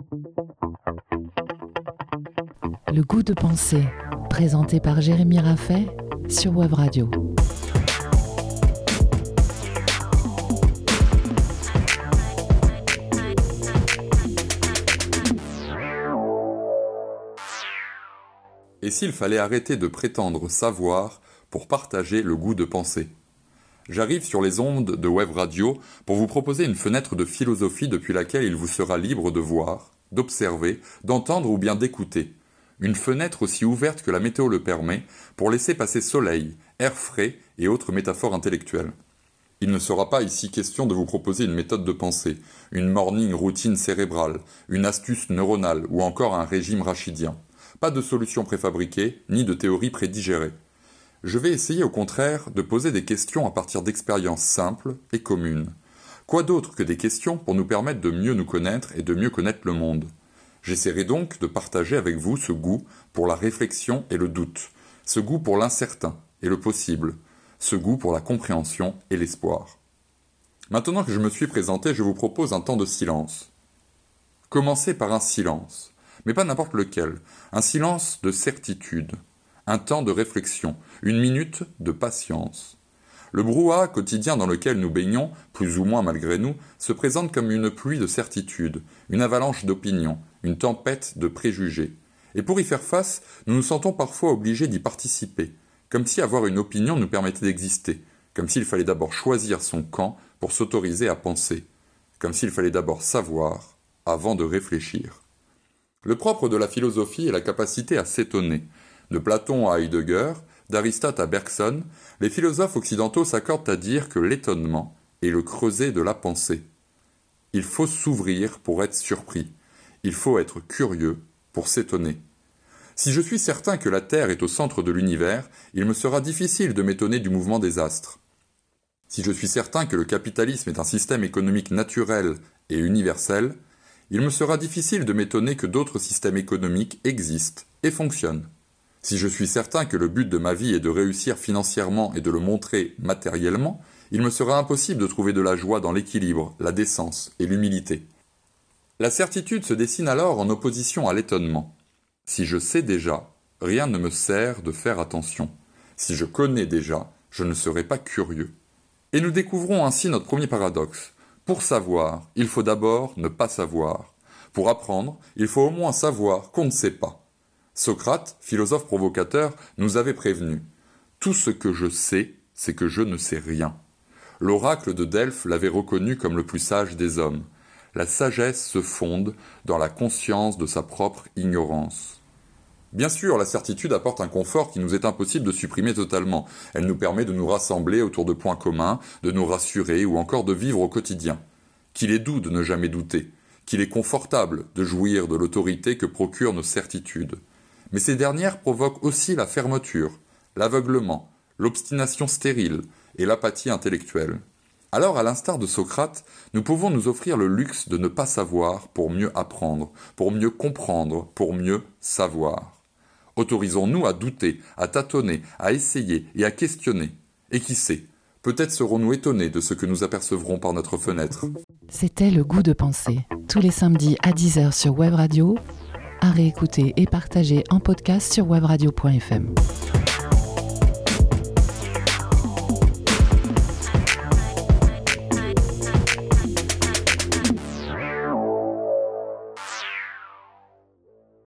Le goût de penser, présenté par Jérémy Raffet sur Web Radio. Et s'il fallait arrêter de prétendre savoir pour partager le goût de penser ? J'arrive sur les ondes de Web Radio pour vous proposer une fenêtre de philosophie depuis laquelle il vous sera libre de voir, d'observer, d'entendre ou bien d'écouter. Une fenêtre aussi ouverte que la météo le permet pour laisser passer soleil, air frais et autres métaphores intellectuelles. Il ne sera pas ici question de vous proposer une méthode de pensée, une morning routine cérébrale, une astuce neuronale ou encore un régime rachidien. Pas de solution préfabriquée, ni de théorie prédigérée. Je vais essayer au contraire de poser des questions à partir d'expériences simples et communes. Quoi d'autre que des questions pour nous permettre de mieux nous connaître et de mieux connaître le monde ? J'essaierai donc de partager avec vous ce goût pour la réflexion et le doute, ce goût pour l'incertain et le possible, ce goût pour la compréhension et l'espoir. Maintenant que je me suis présenté, je vous propose un temps de silence. Commencez par un silence, mais pas n'importe lequel, un silence de certitude, un temps de réflexion, une minute de patience. Le brouhaha quotidien dans lequel nous baignons, plus ou moins malgré nous, se présente comme une pluie de certitudes, une avalanche d'opinions, une tempête de préjugés. Et pour y faire face, nous nous sentons parfois obligés d'y participer, comme si avoir une opinion nous permettait d'exister, comme s'il fallait d'abord choisir son camp pour s'autoriser à penser, comme s'il fallait d'abord savoir avant de réfléchir. Le propre de la philosophie est la capacité à s'étonner. De Platon à Heidegger, d'Aristote à Bergson, les philosophes occidentaux s'accordent à dire que l'étonnement est le creuset de la pensée. Il faut s'ouvrir pour être surpris. Il faut être curieux pour s'étonner. Si je suis certain que la Terre est au centre de l'univers, il me sera difficile de m'étonner du mouvement des astres. Si je suis certain que le capitalisme est un système économique naturel et universel, il me sera difficile de m'étonner que d'autres systèmes économiques existent et fonctionnent. Si je suis certain que le but de ma vie est de réussir financièrement et de le montrer matériellement, il me sera impossible de trouver de la joie dans l'équilibre, la décence et l'humilité. La certitude se dessine alors en opposition à l'étonnement. Si je sais déjà, rien ne me sert de faire attention. Si je connais déjà, je ne serai pas curieux. Et nous découvrons ainsi notre premier paradoxe. Pour savoir, il faut d'abord ne pas savoir. Pour apprendre, il faut au moins savoir qu'on ne sait pas. Socrate, philosophe provocateur, nous avait prévenu. Tout ce que je sais, c'est que je ne sais rien. L'oracle de Delphes l'avait reconnu comme le plus sage des hommes. La sagesse se fonde dans la conscience de sa propre ignorance. Bien sûr, la certitude apporte un confort qui nous est impossible de supprimer totalement. Elle nous permet de nous rassembler autour de points communs, de nous rassurer ou encore de vivre au quotidien. Qu'il est doux de ne jamais douter, qu'il est confortable de jouir de l'autorité que procurent nos certitudes. Mais ces dernières provoquent aussi la fermeture, l'aveuglement, l'obstination stérile et l'apathie intellectuelle. Alors, à l'instar de Socrate, nous pouvons nous offrir le luxe de ne pas savoir pour mieux apprendre, pour mieux comprendre, pour mieux savoir. Autorisons-nous à douter, à tâtonner, à essayer et à questionner. Et qui sait, peut-être serons-nous étonnés de ce que nous apercevrons par notre fenêtre. C'était Le goût de penser, tous les samedis à 10h sur Web Radio, à réécouter et partager en podcast sur webradio.fm.